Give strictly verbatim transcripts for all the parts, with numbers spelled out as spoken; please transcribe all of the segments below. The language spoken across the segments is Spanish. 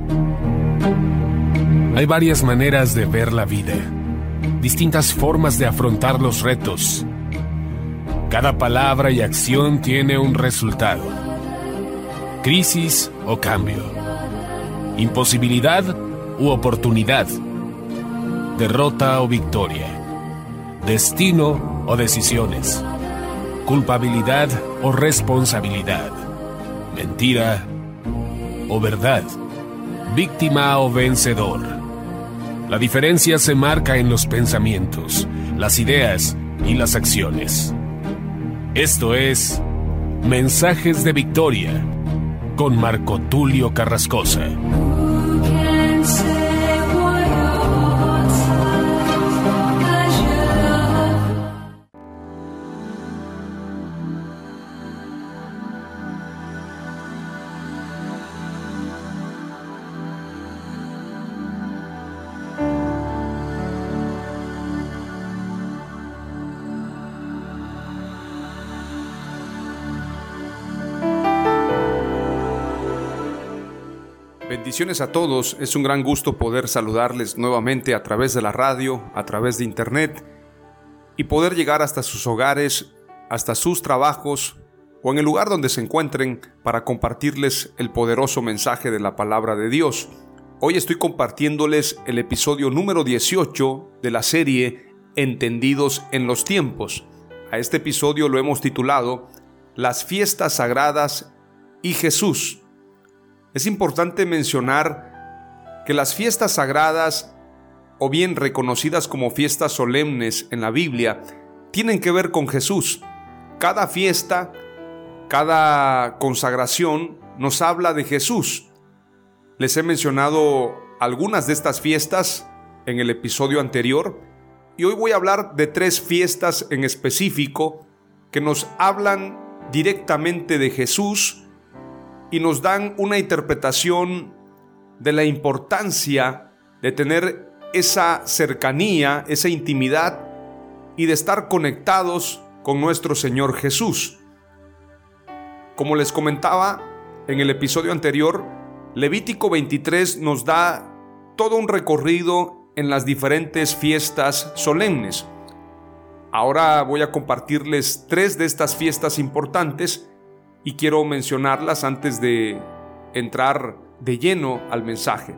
Hay varias maneras de ver la vida, distintas formas de afrontar los retos. Cada palabra y acción tiene un resultado. Crisis o cambio. Imposibilidad u oportunidad. Derrota o victoria. Destino o decisiones. Culpabilidad o responsabilidad. Mentira o verdad. Víctima o vencedor. La diferencia se marca en los pensamientos, las ideas y las acciones. Esto es Mensajes de Victoria con Marco Tulio Carrascosa. Bendiciones a todos, es un gran gusto poder saludarles nuevamente a través de la radio, a través de internet y poder llegar hasta sus hogares, hasta sus trabajos o en el lugar donde se encuentren para compartirles el poderoso mensaje de la palabra de Dios. Hoy estoy compartiéndoles el episodio número dieciocho de la serie Entendidos en los Tiempos. A este episodio lo hemos titulado Las Fiestas Sagradas y Jesús. Es importante mencionar que las fiestas sagradas, o bien reconocidas como fiestas solemnes en la Biblia, tienen que ver con Jesús. Cada fiesta, cada consagración nos habla de Jesús. Les he mencionado algunas de estas fiestas en el episodio anterior y hoy voy a hablar de tres fiestas en específico que nos hablan directamente de Jesús y nos dan una interpretación de la importancia de tener esa cercanía, esa intimidad y de estar conectados con nuestro Señor Jesús. Como les comentaba en el episodio anterior, Levítico veintitrés nos da todo un recorrido en las diferentes fiestas solemnes. Ahora voy a compartirles tres de estas fiestas importantes y quiero mencionarlas antes de entrar de lleno al mensaje.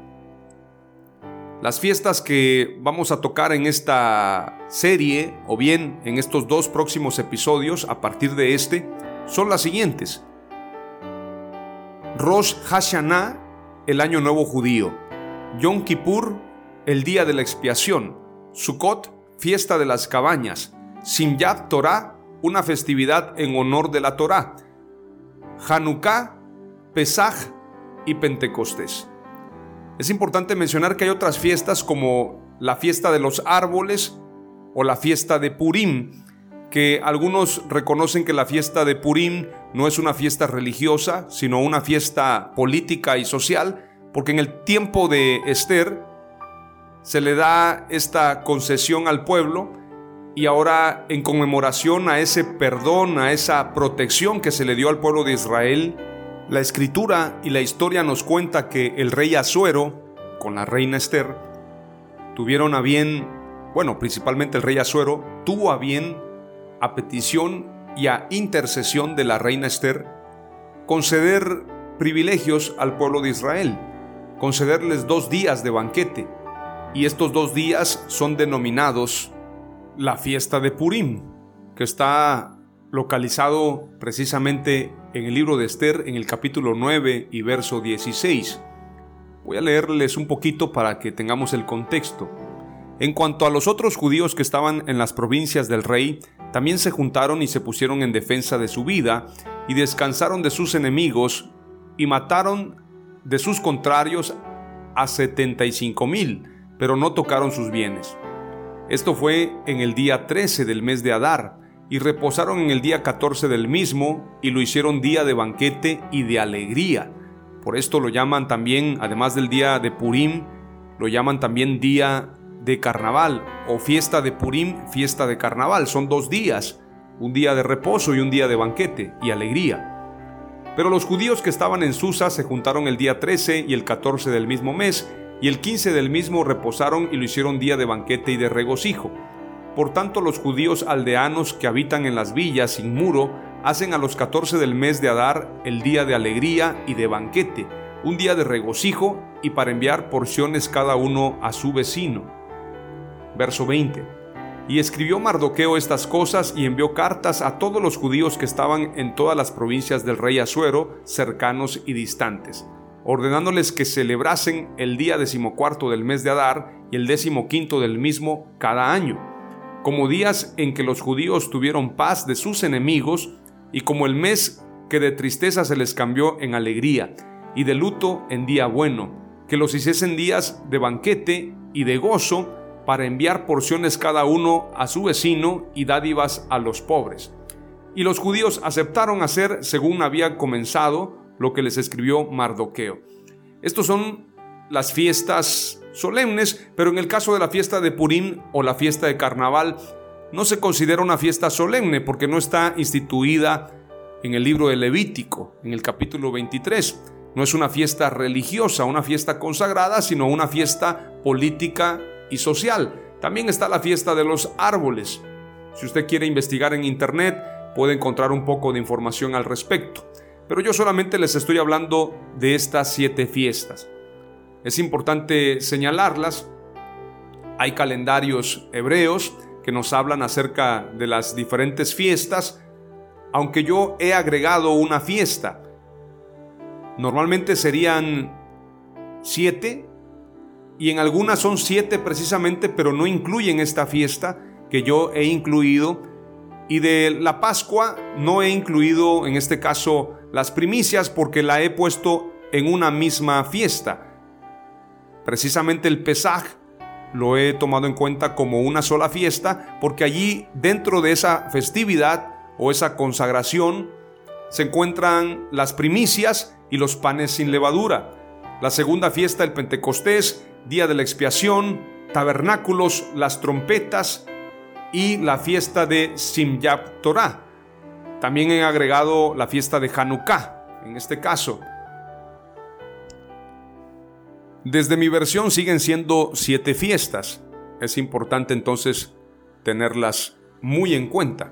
Las fiestas que vamos a tocar en esta serie, o bien en estos dos próximos episodios a partir de este, son las siguientes. Rosh Hashanah, el Año Nuevo Judío. Yom Kippur, el Día de la Expiación. Sukkot, Fiesta de las Cabañas. Simyat Torah, una festividad en honor de la Torá. Hanukkah, Pesaj y Pentecostés. Es importante mencionar que hay otras fiestas como la fiesta de los árboles o la fiesta de Purim, que algunos reconocen que la fiesta de Purim no es una fiesta religiosa, sino una fiesta política y social, porque en el tiempo de Esther se le da esta concesión al pueblo y ahora en conmemoración a ese perdón, a esa protección que se le dio al pueblo de Israel, la escritura y la historia nos cuenta que el rey Asuero con la reina Esther tuvieron a bien, bueno, principalmente el rey Asuero tuvo a bien, a petición y a intercesión de la reina Esther, conceder privilegios al pueblo de Israel, concederles dos días de banquete, y estos dos días son denominados la fiesta de Purim, que está localizado precisamente en el libro de Esther, en el capítulo nueve y verso dieciséis. Voy a leerles un poquito para que tengamos el contexto. En cuanto a los otros judíos que estaban en las provincias del rey, también se juntaron y se pusieron en defensa de su vida, y descansaron de sus enemigos, y mataron de sus contrarios a setenta y cinco mil, pero no tocaron sus bienes. Esto fue en el día trece del mes de Adar, y reposaron en el día catorce del mismo, y lo hicieron día de banquete y de alegría. Por esto lo llaman también, además del día de Purim, lo llaman también día de carnaval, o fiesta de Purim, fiesta de carnaval. Son dos días, un día de reposo y un día de banquete y alegría. Pero los judíos que estaban en Susa se juntaron el día trece y el catorce del mismo mes, y el quince del mismo reposaron y lo hicieron día de banquete y de regocijo. Por tanto, los judíos aldeanos que habitan en las villas sin muro hacen a los catorce del mes de Adar el día de alegría y de banquete, un día de regocijo y para enviar porciones cada uno a su vecino. Verso veinte. Y escribió Mardoqueo estas cosas y envió cartas a todos los judíos que estaban en todas las provincias del rey Asuero, cercanos y distantes, ordenándoles que celebrasen el día decimocuarto del mes de Adar y el decimoquinto del mismo cada año, como días en que los judíos tuvieron paz de sus enemigos, y como el mes que de tristeza se les cambió en alegría, y de luto en día bueno, que los hiciesen días de banquete y de gozo, para enviar porciones cada uno a su vecino y dádivas a los pobres. Y los judíos aceptaron hacer según había comenzado lo que les escribió Mardoqueo. Estos son las fiestas solemnes, pero en el caso de la fiesta de Purim o la fiesta de Carnaval, no se considera una fiesta solemne porque no está instituida en el libro de Levítico, en el capítulo veintitrés. No es una fiesta religiosa, una fiesta consagrada, sino una fiesta política y social. También está la fiesta de los árboles. Si usted quiere investigar en internet, puede encontrar un poco de información al respecto. Pero yo solamente les estoy hablando de estas siete fiestas. Es importante señalarlas. Hay calendarios hebreos que nos hablan acerca de las diferentes fiestas, aunque yo he agregado una fiesta. Normalmente serían siete, y en algunas son siete precisamente, pero no incluyen esta fiesta que yo he incluido. Y de la Pascua no he incluido en este caso las primicias porque la he puesto en una misma fiesta. Precisamente el Pesaj lo he tomado en cuenta como una sola fiesta porque allí dentro de esa festividad o esa consagración se encuentran las primicias y los panes sin levadura. La segunda fiesta, el Pentecostés, día de la expiación, tabernáculos, las trompetas y la fiesta de Simjat Torah. También he agregado la fiesta de Hanukkah, en este caso. Desde mi versión siguen siendo siete fiestas. Es importante entonces tenerlas muy en cuenta.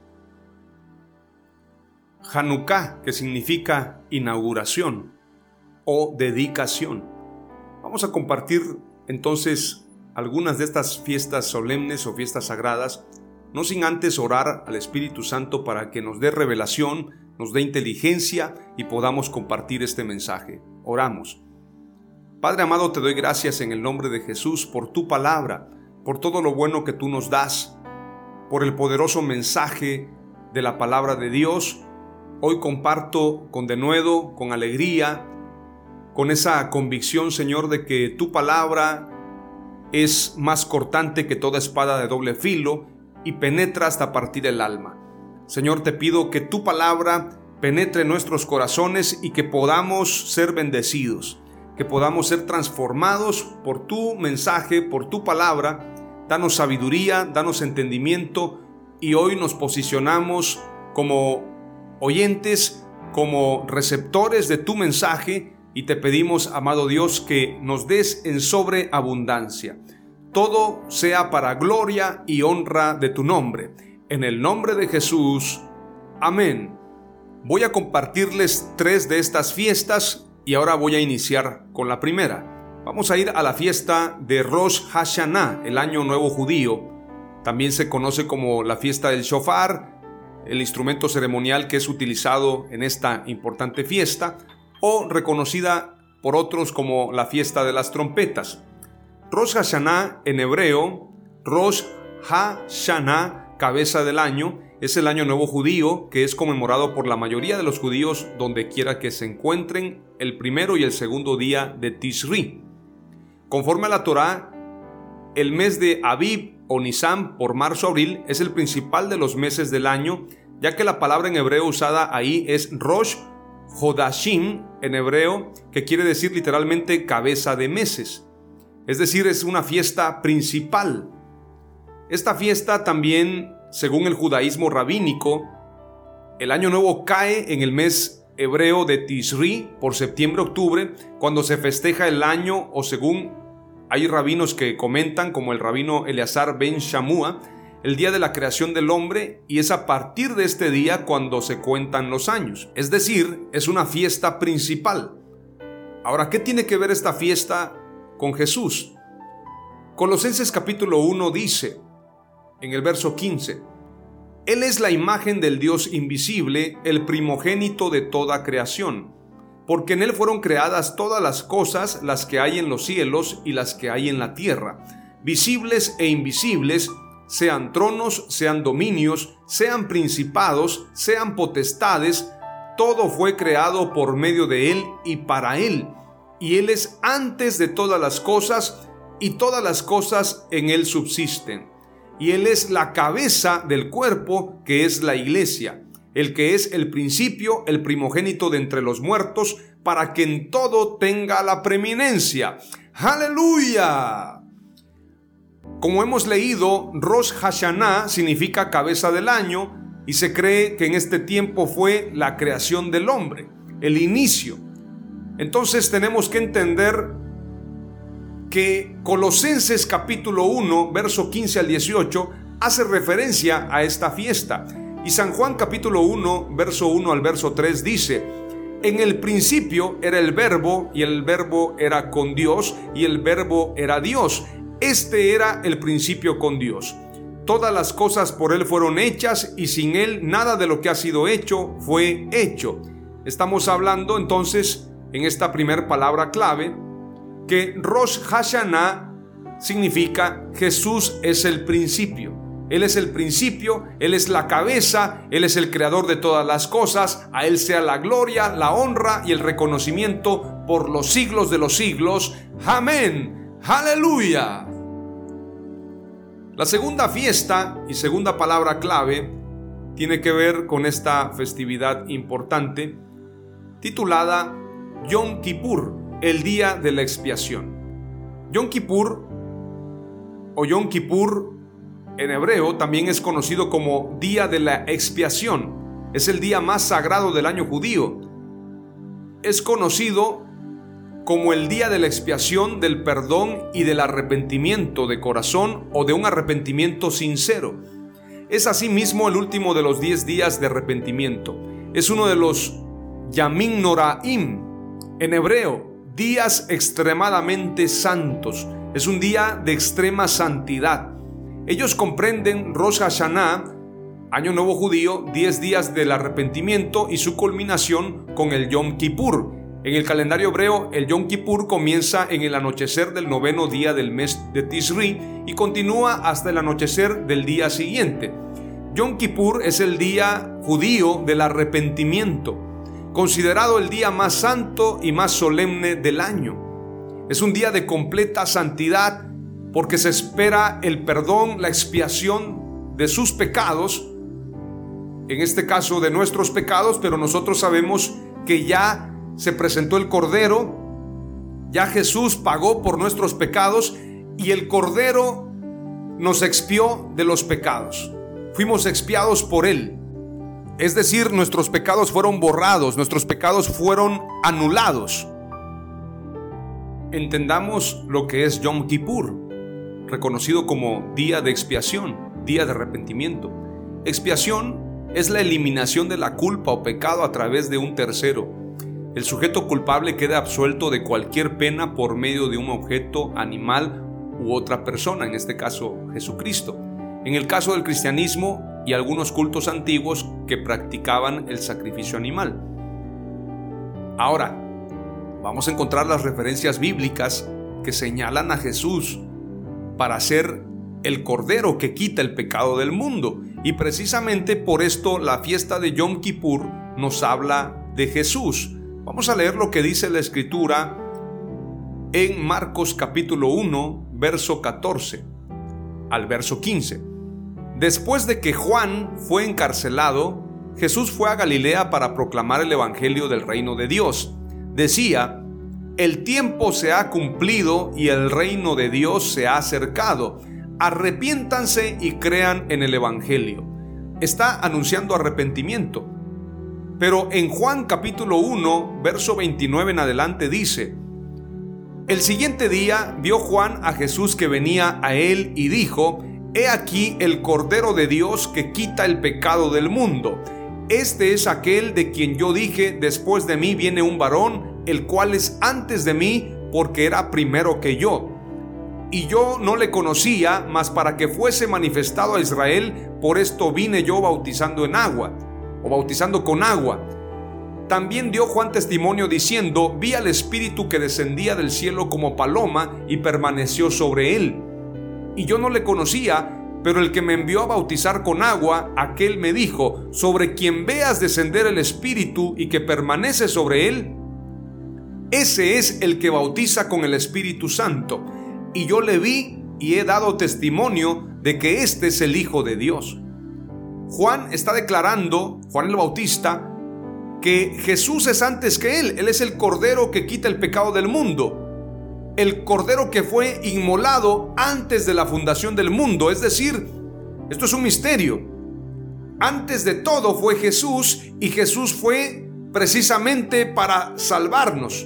Hanukkah, que significa inauguración o dedicación. Vamos a compartir entonces algunas de estas fiestas solemnes o fiestas sagradas, no sin antes orar al Espíritu Santo para que nos dé revelación, nos dé inteligencia y podamos compartir este mensaje. Oramos. Padre amado, te doy gracias en el nombre de Jesús por tu palabra, por todo lo bueno que tú nos das, por el poderoso mensaje de la palabra de Dios. Hoy comparto con denuedo, con alegría, con esa convicción, Señor, de que tu palabra es más cortante que toda espada de doble filo y penetra hasta partir el alma. Señor, te pido que tu palabra penetre en nuestros corazones y que podamos ser bendecidos, que podamos ser transformados por tu mensaje, por tu palabra. Danos sabiduría, danos entendimiento y hoy nos posicionamos como oyentes, como receptores de tu mensaje y te pedimos, amado Dios, que nos des en sobreabundancia. Todo sea para gloria y honra de tu nombre. En el nombre de Jesús. Amén. Voy a compartirles tres de estas fiestas y ahora voy a iniciar con la primera. Vamos a ir a la fiesta de Rosh Hashanah, el año nuevo judío. También se conoce como la fiesta del shofar, el instrumento ceremonial que es utilizado en esta importante fiesta, o reconocida por otros como la fiesta de las trompetas. Rosh Hashanah en hebreo, Rosh Hashanah, cabeza del año, es el año nuevo judío que es conmemorado por la mayoría de los judíos donde quiera que se encuentren el primero y el segundo día de Tishri. Conforme a la Torá, el mes de Abib o Nisan por marzo-abril es el principal de los meses del año, ya que la palabra en hebreo usada ahí es Rosh Hodashim en hebreo, que quiere decir literalmente cabeza de meses. Es decir, es una fiesta principal. Esta fiesta también, según el judaísmo rabínico, el año nuevo cae en el mes hebreo de Tisri, por septiembre-octubre, cuando se festeja el año, o según hay rabinos que comentan, como el rabino Eleazar ben Shamua, el día de la creación del hombre, y es a partir de este día cuando se cuentan los años. Es decir, es una fiesta principal. Ahora, ¿qué tiene que ver esta fiesta con Jesús? Colosenses capítulo uno dice, en el verso quince, Él es la imagen del Dios invisible, el primogénito de toda creación, porque en Él fueron creadas todas las cosas, las que hay en los cielos y las que hay en la tierra, visibles e invisibles, sean tronos, sean dominios, sean principados, sean potestades, todo fue creado por medio de Él y para Él, y Él es antes de todas las cosas, y todas las cosas en Él subsisten. Y Él es la cabeza del cuerpo, que es la iglesia, el que es el principio, el primogénito de entre los muertos, para que en todo tenga la preeminencia. ¡Aleluya! Como hemos leído, Rosh Hashanah significa cabeza del año, y se cree que en este tiempo fue la creación del hombre, el inicio. Entonces tenemos que entender que Colosenses capítulo uno, verso quince al dieciocho, hace referencia a esta fiesta. Y San Juan capítulo uno, verso uno al verso tres dice, en el principio era el verbo, y el verbo era con Dios, y el verbo era Dios. Este era el principio con Dios. Todas las cosas por Él fueron hechas, y sin Él nada de lo que ha sido hecho fue hecho. Estamos hablando entonces, en esta primera palabra clave, que Rosh Hashanah significa Jesús es el principio. Él es el principio, Él es la cabeza, Él es el creador de todas las cosas. A Él sea la gloria, la honra y el reconocimiento por los siglos de los siglos. Amén. Aleluya. La segunda fiesta y segunda palabra clave tiene que ver con esta festividad importante titulada Yom Kippur, el día de la expiación. Yom Kippur o Yom Kippur en hebreo también es conocido como día de la expiación. Es el día más sagrado del año judío. Es conocido como el día de la expiación, del perdón y del arrepentimiento de corazón, o de un arrepentimiento sincero. Es asimismo el último de los diez días de arrepentimiento. Es uno de los Yamim Noraim, en hebreo, días extremadamente santos. Es un día de extrema santidad. Ellos comprenden Rosh Hashanah, Año Nuevo Judío, diez días del arrepentimiento y su culminación con el Yom Kippur. En el calendario hebreo, el Yom Kippur comienza en el anochecer del noveno día del mes de Tisri y continúa hasta el anochecer del día siguiente. Yom Kippur es el día judío del arrepentimiento, considerado el día más santo y más solemne del año. Es un día de completa santidad porque se espera el perdón, la expiación de sus pecados, en este caso de nuestros pecados, pero nosotros sabemos que ya se presentó el Cordero, ya Jesús pagó por nuestros pecados y el Cordero nos expió de los pecados. Fuimos expiados por Él. Es decir, nuestros pecados fueron borrados, nuestros pecados fueron anulados. Entendamos lo que es Yom Kippur, reconocido como día de expiación, día de arrepentimiento. Expiación es la eliminación de la culpa o pecado a través de un tercero. El sujeto culpable queda absuelto de cualquier pena por medio de un objeto, animal u otra persona, en este caso Jesucristo. En el caso del cristianismo y algunos cultos antiguos que practicaban el sacrificio animal. Ahora, vamos a encontrar las referencias bíblicas que señalan a Jesús para ser el Cordero que quita el pecado del mundo. Y precisamente por esto la fiesta de Yom Kippur nos habla de Jesús. Vamos a leer lo que dice la Escritura en Marcos capítulo uno, verso catorce al verso quince. Después de que Juan fue encarcelado, Jesús fue a Galilea para proclamar el evangelio del reino de Dios. Decía: el tiempo se ha cumplido y el reino de Dios se ha acercado. Arrepiéntanse y crean en el evangelio. Está anunciando arrepentimiento. Pero en Juan capítulo uno, verso veintinueve en adelante dice: el siguiente día vio Juan a Jesús que venía a él y dijo: he aquí el Cordero de Dios que quita el pecado del mundo. Este es aquel de quien yo dije: después de mí viene un varón, el cual es antes de mí, porque era primero que yo. Y yo no le conocía, mas para que fuese manifestado a Israel, por esto vine yo bautizando en agua, o bautizando con agua. También dio Juan testimonio diciendo: vi al Espíritu que descendía del cielo como paloma y permaneció sobre él. Y yo no le conocía, pero el que me envió a bautizar con agua, aquel me dijo: sobre quien veas descender el Espíritu y que permanece sobre él, ese es el que bautiza con el Espíritu Santo. Y yo le vi y he dado testimonio de que este es el Hijo de Dios. Juan está declarando, Juan el Bautista, que Jesús es antes que él. Él es el Cordero que quita el pecado del mundo, el Cordero que fue inmolado antes de la fundación del mundo. Es decir, esto es un misterio. Antes de todo fue Jesús, y Jesús fue precisamente para salvarnos.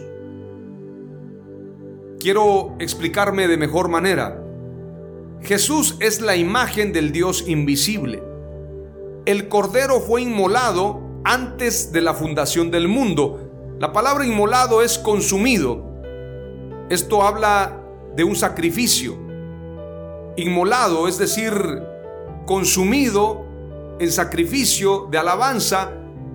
Quiero explicarme de mejor manera. Jesús es la imagen del Dios invisible. El Cordero fue inmolado antes de la fundación del mundo. La palabra inmolado es consumido. Esto habla de un sacrificio. Inmolado, es decir, consumido en sacrificio de alabanza.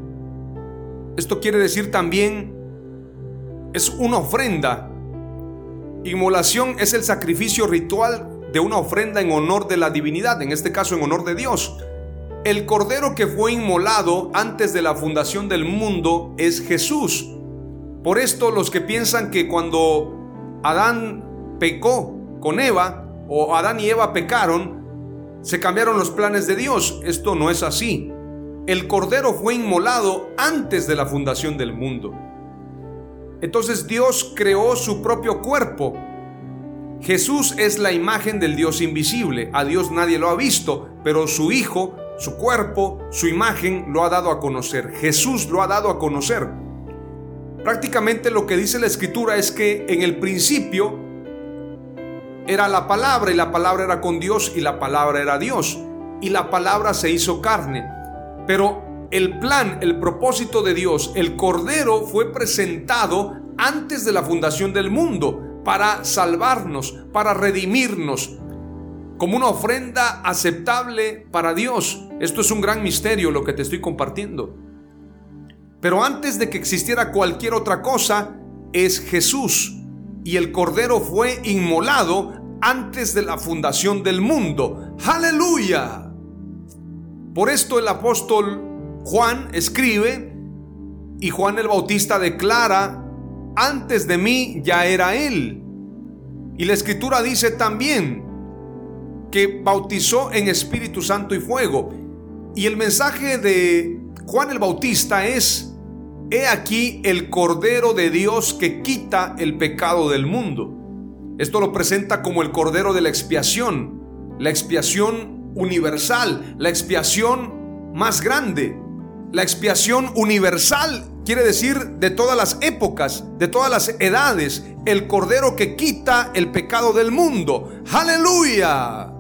Esto quiere decir también, es una ofrenda. Inmolación es el sacrificio ritual de una ofrenda en honor de la divinidad, en este caso en honor de Dios. El Cordero que fue inmolado antes de la fundación del mundo es Jesús. Por esto los que piensan que cuando Adán pecó con Eva, o Adán y Eva pecaron, se cambiaron los planes de Dios. Esto no es así. El Cordero fue inmolado antes de la fundación del mundo. Entonces Dios creó su propio cuerpo. Jesús es la imagen del Dios invisible. A Dios nadie lo ha visto, pero su Hijo, su cuerpo, su imagen lo ha dado a conocer. Jesús lo ha dado a conocer. Prácticamente lo que dice la Escritura es que en el principio era la palabra, y la palabra era con Dios, y la palabra era Dios, y la palabra se hizo carne. Pero el plan, el propósito de Dios, el Cordero fue presentado antes de la fundación del mundo para salvarnos, para redimirnos, como una ofrenda aceptable para Dios. Esto es un gran misterio lo que te estoy compartiendo. Pero antes de que existiera cualquier otra cosa, es Jesús, y el Cordero fue inmolado antes de la fundación del mundo. ¡Aleluya! Por esto el apóstol Juan escribe, y Juan el Bautista declara: antes de mí ya era él. Y la Escritura dice también que bautizó en Espíritu Santo y fuego. Y el mensaje de Juan el Bautista es: he aquí el Cordero de Dios que quita el pecado del mundo. Esto lo presenta como el Cordero de la expiación, la expiación universal, la expiación más grande. La expiación universal quiere decir de todas las épocas, de todas las edades. El Cordero que quita el pecado del mundo. ¡Aleluya!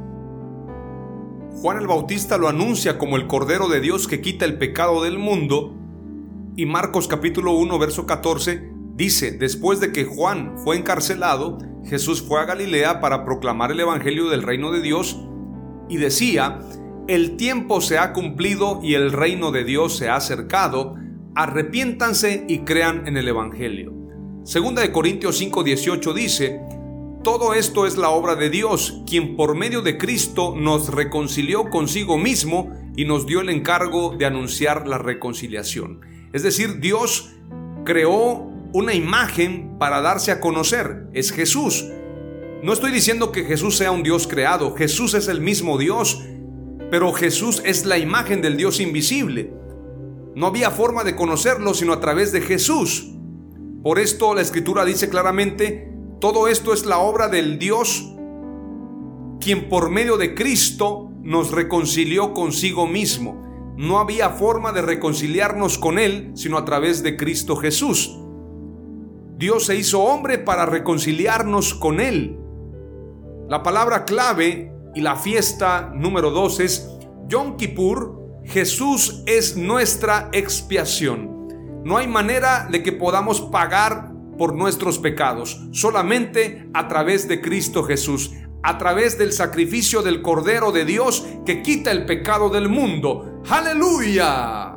Juan el Bautista lo anuncia como el Cordero de Dios que quita el pecado del mundo. Y Marcos capítulo uno verso catorce dice: después de que Juan fue encarcelado, Jesús fue a Galilea para proclamar el evangelio del reino de Dios, y decía: el tiempo se ha cumplido y el reino de Dios se ha acercado. Arrepiéntanse y crean en el evangelio. Segunda de Corintios cinco dieciocho dice: todo esto es la obra de Dios, quien por medio de Cristo nos reconcilió consigo mismo y nos dio el encargo de anunciar la reconciliación. Es decir, Dios creó una imagen para darse a conocer. Es Jesús. No estoy diciendo que Jesús sea un Dios creado. Jesús es el mismo Dios, pero Jesús es la imagen del Dios invisible. No había forma de conocerlo sino a través de Jesús. Por esto la Escritura dice claramente: todo esto es la obra del Dios, quien por medio de Cristo nos reconcilió consigo mismo. no había forma de reconciliarnos con Él sino a través de Cristo Jesús. Dios se hizo hombre para reconciliarnos con Él. La palabra clave y la fiesta número dos es Yom Kippur. Jesús es nuestra expiación. No hay manera de que podamos pagar por nuestros pecados, solamente a través de Cristo Jesús, a través del sacrificio del Cordero de Dios que quita el pecado del mundo. ¡Aleluya!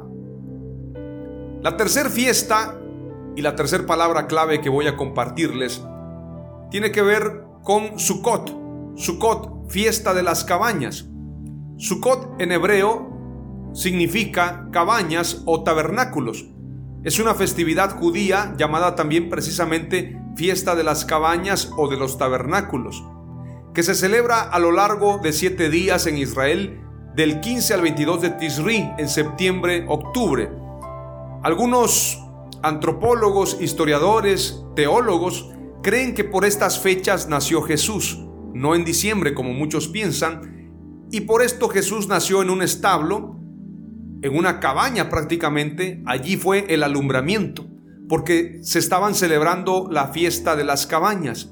La tercera fiesta y la tercera palabra clave que voy a compartirles tiene que ver con Sukkot. Sukkot, fiesta de las cabañas. Sukkot en hebreo significa cabañas o tabernáculos. Es una festividad judía llamada también precisamente fiesta de las cabañas o de los tabernáculos, que se celebra a lo largo de siete días en Israel, del quince al veintidós de Tisri, en septiembre-octubre. Algunos antropólogos, historiadores, teólogos creen que por estas fechas nació Jesús, no en diciembre como muchos piensan, y por esto Jesús nació en un establo, en una cabaña prácticamente. Allí fue el alumbramiento, porque se estaban celebrando la fiesta de las cabañas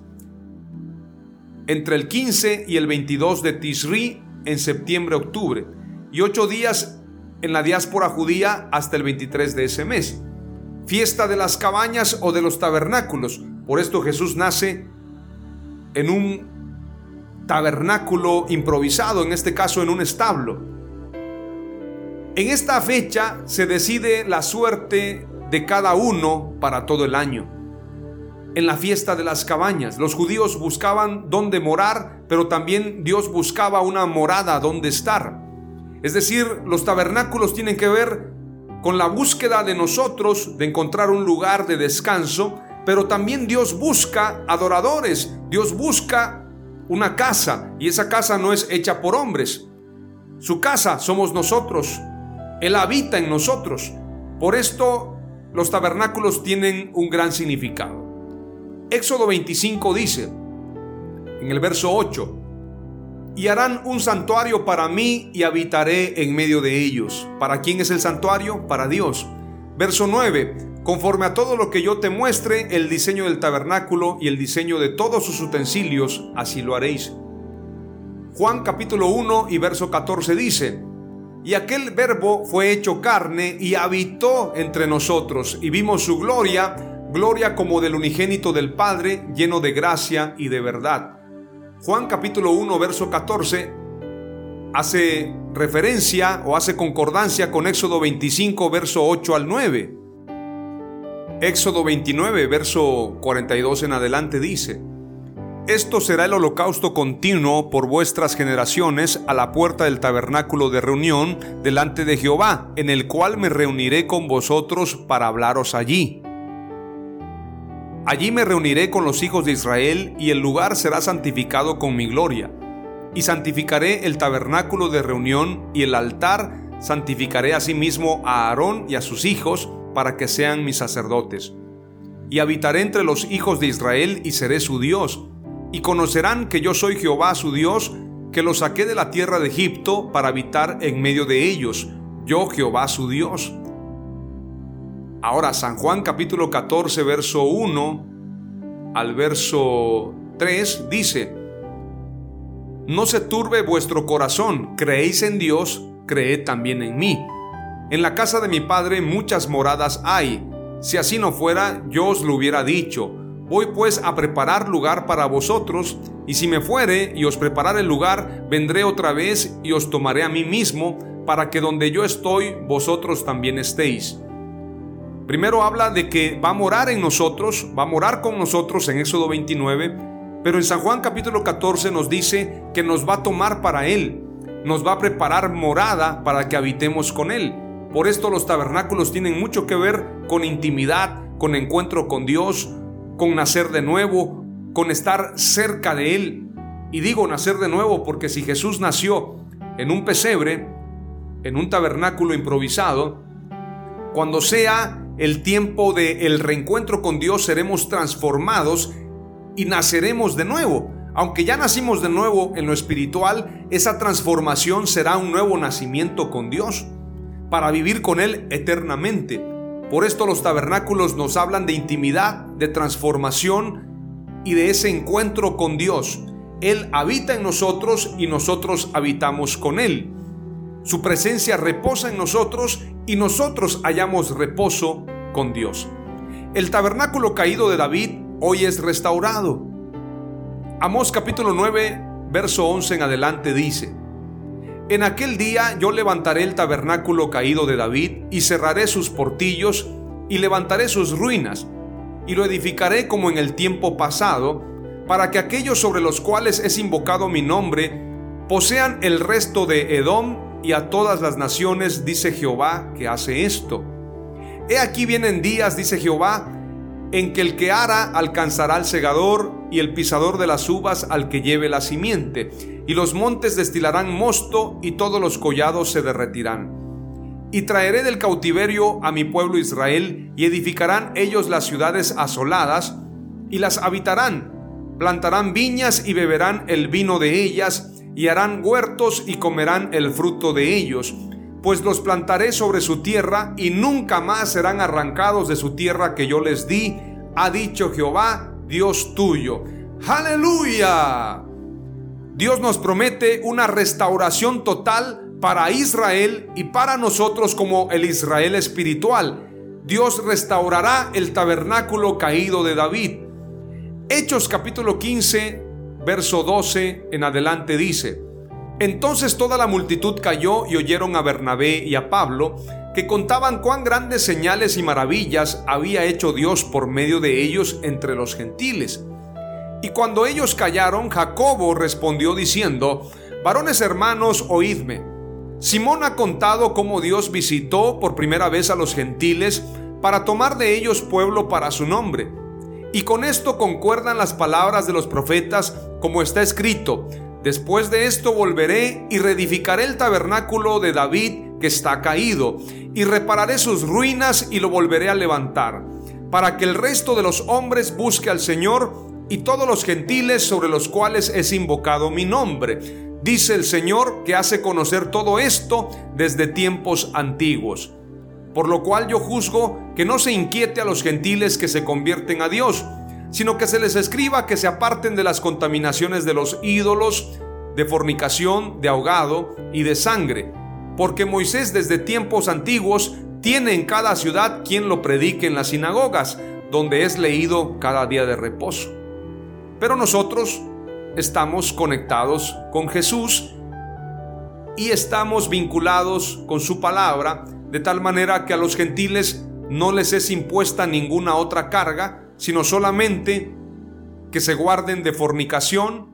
entre el quince y el veintidós de Tisri en septiembre-octubre, y ocho días en la diáspora judía hasta el veintitrés de ese mes. Fiesta de las cabañas o de los tabernáculos. Por esto Jesús nace en un tabernáculo improvisado, en este caso en un establo. En esta fecha se decide la suerte de cada uno para todo el año. En la fiesta de las cabañas, los judíos buscaban dónde morar, pero también Dios buscaba una morada donde estar. Es decir, los tabernáculos tienen que ver con la búsqueda de nosotros de encontrar un lugar de descanso, pero también Dios busca adoradores. Dios busca una casa, y esa casa no es hecha por hombres. Su casa somos nosotros. Él habita en nosotros. Por esto los tabernáculos tienen un gran significado. Éxodo veinticinco dice, en el verso ocho: y harán un santuario para mí y habitaré en medio de ellos. ¿Para quién es el santuario? Para Dios. Verso nueve: conforme a todo lo que yo te muestre, el diseño del tabernáculo y el diseño de todos sus utensilios, así lo haréis. Juan capítulo uno y verso catorce dice: y aquel verbo fue hecho carne y habitó entre nosotros, y vimos su gloria, gloria como del unigénito del Padre, lleno de gracia y de verdad. Juan capítulo uno verso catorce hace referencia o hace concordancia con Éxodo veinticinco verso ocho al nueve. Éxodo veintinueve verso cuarenta y dos en adelante dice: esto será el holocausto continuo por vuestras generaciones a la puerta del tabernáculo de reunión delante de Jehová, en el cual me reuniré con vosotros para hablaros allí. Allí me reuniré con los hijos de Israel, y el lugar será santificado con mi gloria. Y santificaré el tabernáculo de reunión y el altar, santificaré asimismo a Aarón y a sus hijos, para que sean mis sacerdotes. Y habitaré entre los hijos de Israel, y seré su Dios. Y conocerán que yo soy Jehová su Dios, que los saqué de la tierra de Egipto para habitar en medio de ellos, yo Jehová su Dios. Ahora San Juan capítulo catorce verso uno al verso tres dice: no se turbe vuestro corazón, creéis en Dios, creed también en mí. En la casa de mi Padre muchas moradas hay, si así no fuera, yo os lo hubiera dicho. Voy pues a preparar lugar para vosotros, y si me fuere y os preparare el lugar, vendré otra vez y os tomaré a mí mismo, para que donde yo estoy, vosotros también estéis. Primero habla de que va a morar en nosotros, va a morar con nosotros en Éxodo veintinueve, pero en San Juan capítulo catorce nos dice que nos va a tomar para Él, nos va a preparar morada para que habitemos con Él. Por esto los tabernáculos tienen mucho que ver con intimidad, con encuentro con Dios, con nacer de nuevo, con estar cerca de Él. Y digo nacer de nuevo porque si Jesús nació en un pesebre, en un tabernáculo improvisado, cuando sea el tiempo del reencuentro con Dios, seremos transformados y naceremos de nuevo. Aunque ya nacimos de nuevo en lo espiritual, esa transformación será un nuevo nacimiento con Dios. para vivir con Él eternamente. Por esto los tabernáculos nos hablan de intimidad, de transformación y de ese encuentro con Dios. Él habita en nosotros y nosotros habitamos con Él. Su presencia reposa en nosotros y nosotros hallamos reposo con Dios. El tabernáculo caído de David hoy es restaurado. Amós capítulo nueve, verso once en adelante dice: En aquel día yo levantaré el tabernáculo caído de David y cerraré sus portillos y levantaré sus ruinas y lo edificaré como en el tiempo pasado, para que aquellos sobre los cuales es invocado mi nombre posean el resto de Edom y a todas las naciones, dice Jehová, que hace esto. He aquí vienen días, dice Jehová, en que el que ara alcanzará al segador y el pisador de las uvas al que lleve la simiente, y los montes destilarán mosto y todos los collados se derretirán. Y traeré del cautiverio a mi pueblo Israel, y edificarán ellos las ciudades asoladas y las habitarán, plantarán viñas y beberán el vino de ellas, y harán huertos y comerán el fruto de ellos, pues los plantaré sobre su tierra y nunca más serán arrancados de su tierra que yo les di, ha dicho Jehová, Dios tuyo. ¡Aleluya! Dios nos promete una restauración total para Israel y para nosotros como el Israel espiritual. Dios restaurará el tabernáculo caído de David. Hechos capítulo quince, verso doce en adelante dice: Entonces toda la multitud cayó y oyeron a Bernabé y a Pablo, que contaban cuán grandes señales y maravillas había hecho Dios por medio de ellos entre los gentiles. Y cuando ellos callaron, Jacobo respondió diciendo: Varones hermanos, oídme. Simón ha contado cómo Dios visitó por primera vez a los gentiles para tomar de ellos pueblo para su nombre. Y con esto concuerdan las palabras de los profetas, como está escrito: Después de esto volveré y reedificaré el tabernáculo de David que está caído, y repararé sus ruinas y lo volveré a levantar, para que el resto de los hombres busque al Señor y todos los gentiles sobre los cuales es invocado mi nombre. Dice el Señor, que hace conocer todo esto desde tiempos antiguos. Por lo cual yo juzgo que no se inquiete a los gentiles que se convierten a Dios, sino que se les escriba que se aparten de las contaminaciones de los ídolos, de fornicación, de ahogado y de sangre, porque Moisés desde tiempos antiguos tiene en cada ciudad quien lo predique en las sinagogas, donde es leído cada día de reposo. Pero nosotros estamos conectados con Jesús y estamos vinculados con su palabra, de tal manera que a los gentiles no les es impuesta ninguna otra carga, sino solamente que se guarden de fornicación,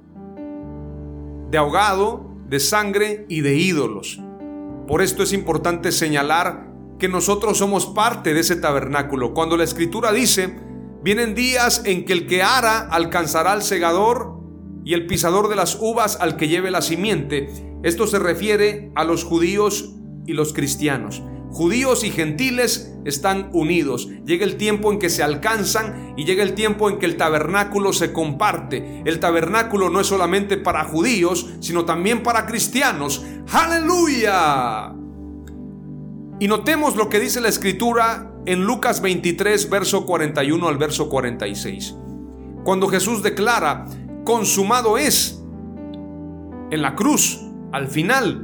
de ahogado, de sangre y de ídolos. Por esto es importante señalar que nosotros somos parte de ese tabernáculo. Cuando la Escritura dice: vienen días en que el que ara alcanzará al segador y el pisador de las uvas al que lleve la simiente, esto se refiere a los judíos y los cristianos. Judíos y gentiles están unidos. Llega el tiempo en que se alcanzan y llega el tiempo en que el tabernáculo se comparte. El tabernáculo no es solamente para judíos, sino también para cristianos. ¡Aleluya! Y notemos lo que dice la Escritura en Lucas veintitrés, verso cuarenta y uno al verso cuarenta y seis. Cuando Jesús declara: consumado es, en la cruz, al final,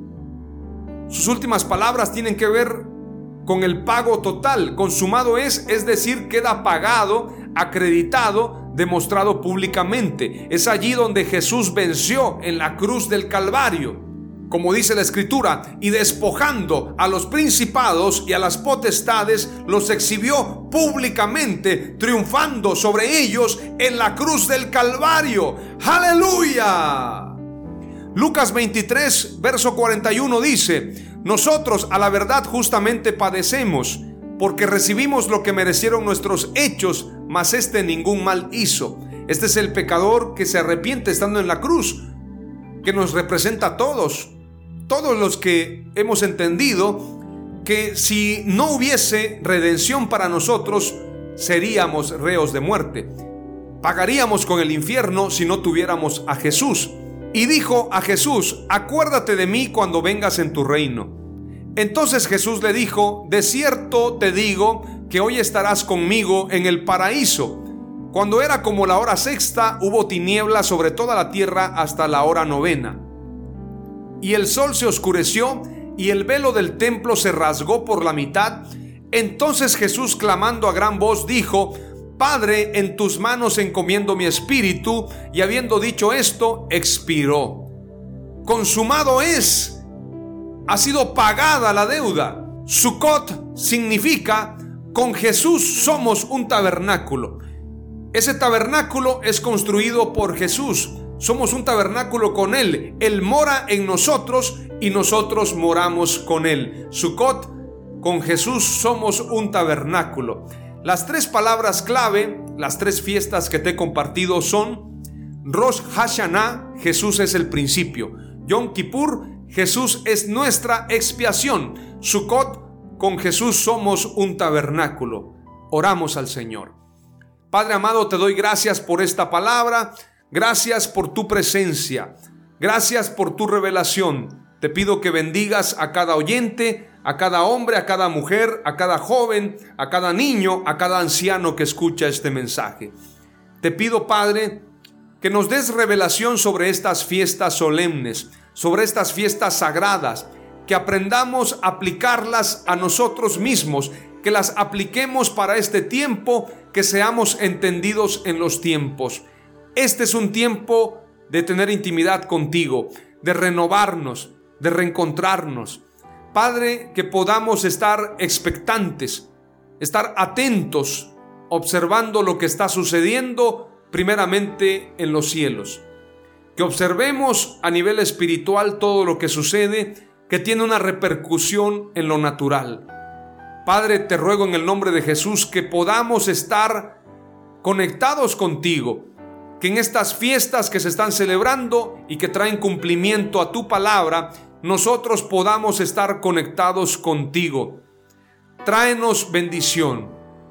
sus últimas palabras tienen que ver con el pago total. Consumado es, es decir, queda pagado, acreditado, demostrado públicamente. Es allí donde Jesús venció en la cruz del Calvario, como dice la Escritura, y despojando a los principados y a las potestades, los exhibió públicamente, triunfando sobre ellos en la cruz del Calvario. ¡Aleluya! Lucas veintitrés, verso cuarenta y uno dice: nosotros a la verdad justamente padecemos, porque recibimos lo que merecieron nuestros hechos, mas este ningún mal hizo. Este es el pecador que se arrepiente estando en la cruz, que nos representa a todos, todos los que hemos entendido que si no hubiese redención para nosotros, seríamos reos de muerte. Pagaríamos con el infierno si no tuviéramos a Jesús. Y dijo a Jesús: acuérdate de mí cuando vengas en tu reino. Entonces Jesús le dijo: de cierto te digo que hoy estarás conmigo en el paraíso. Cuando era como la hora sexta, hubo tinieblas sobre toda la tierra hasta la hora novena. Y el sol se oscureció y el velo del templo se rasgó por la mitad. Entonces Jesús, clamando a gran voz, dijo: Padre, en tus manos encomiendo mi espíritu. Y habiendo dicho esto, expiró. Consumado es. Ha sido pagada la deuda. Sukkot significa: con Jesús somos un tabernáculo. Ese tabernáculo es construido por Jesús. Somos un tabernáculo con Él. Él mora en nosotros y nosotros moramos con Él. Sukkot, con Jesús somos un tabernáculo. Las tres palabras clave, las tres fiestas que te he compartido son: Rosh Hashanah, Jesús es el principio. Yom Kippur, Jesús es nuestra expiación. Sukkot, con Jesús somos un tabernáculo. Oramos al Señor. Padre amado, te doy gracias por esta palabra. Gracias por tu presencia. Gracias por tu revelación. Te pido que bendigas a cada oyente, a cada hombre, a cada mujer, a cada joven, a cada niño, a cada anciano que escucha este mensaje. Te pido, Padre, que nos des revelación sobre estas fiestas solemnes, sobre estas fiestas sagradas, que aprendamos a aplicarlas a nosotros mismos, que las apliquemos para este tiempo, que seamos entendidos en los tiempos. Este es un tiempo de tener intimidad contigo, de renovarnos, de reencontrarnos. Padre, que podamos estar expectantes, estar atentos, observando lo que está sucediendo primeramente en los cielos. Que observemos a nivel espiritual todo lo que sucede, que tiene una repercusión en lo natural. Padre, te ruego en el nombre de Jesús que podamos estar conectados contigo, que en estas fiestas que se están celebrando y que traen cumplimiento a tu palabra, nosotros podamos estar conectados contigo. Tráenos bendición.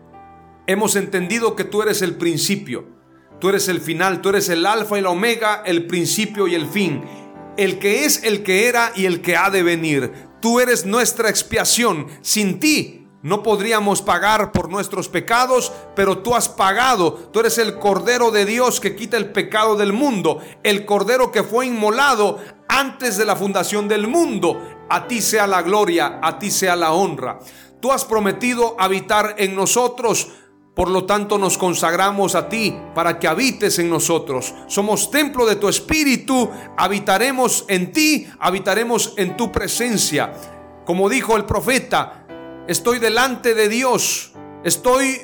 Hemos entendido que tú eres el principio, tú eres el final, tú eres el alfa y la omega, el principio y el fin, el que es, el que era y el que ha de venir. Tú eres nuestra expiación. Sin ti no podríamos pagar por nuestros pecados, pero tú has pagado. Tú eres el Cordero de Dios que quita el pecado del mundo, el Cordero que fue inmolado antes de la fundación del mundo. A ti sea la gloria, a ti sea la honra. Tú has prometido habitar en nosotros, por lo tanto nos consagramos a ti para que habites en nosotros. Somos templo de tu espíritu, habitaremos en ti, habitaremos en tu presencia. Como dijo el profeta: estoy delante de Dios, estoy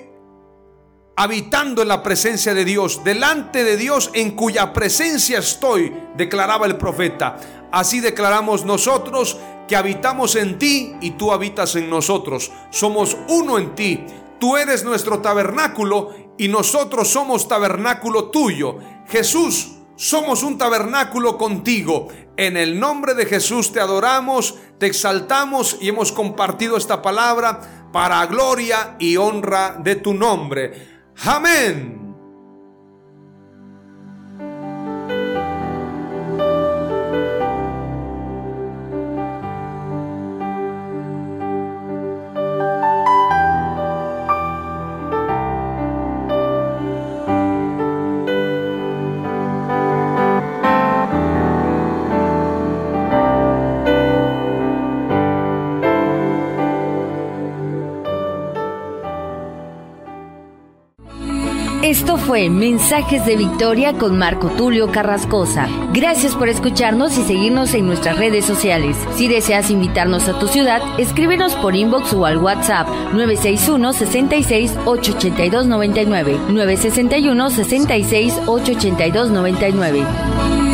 habitando en la presencia de Dios, delante de Dios en cuya presencia estoy, declaraba el profeta. Así declaramos nosotros que habitamos en ti y tú habitas en nosotros. Somos uno en ti. Tú eres nuestro tabernáculo y nosotros somos tabernáculo tuyo. Jesús, somos un tabernáculo contigo. En el nombre de Jesús te adoramos, te exaltamos y hemos compartido esta palabra para gloria y honra de tu nombre. Amén. Esto fue Mensajes de Victoria con Marco Tulio Carrascosa. Gracias por escucharnos y seguirnos en nuestras redes sociales. Si deseas invitarnos a tu ciudad, escríbenos por inbox o al WhatsApp nueve seis uno, seis seis, ocho ocho dos, nueve nueve, nueve seis uno, seis seis, ocho ocho dos, nueve nueve.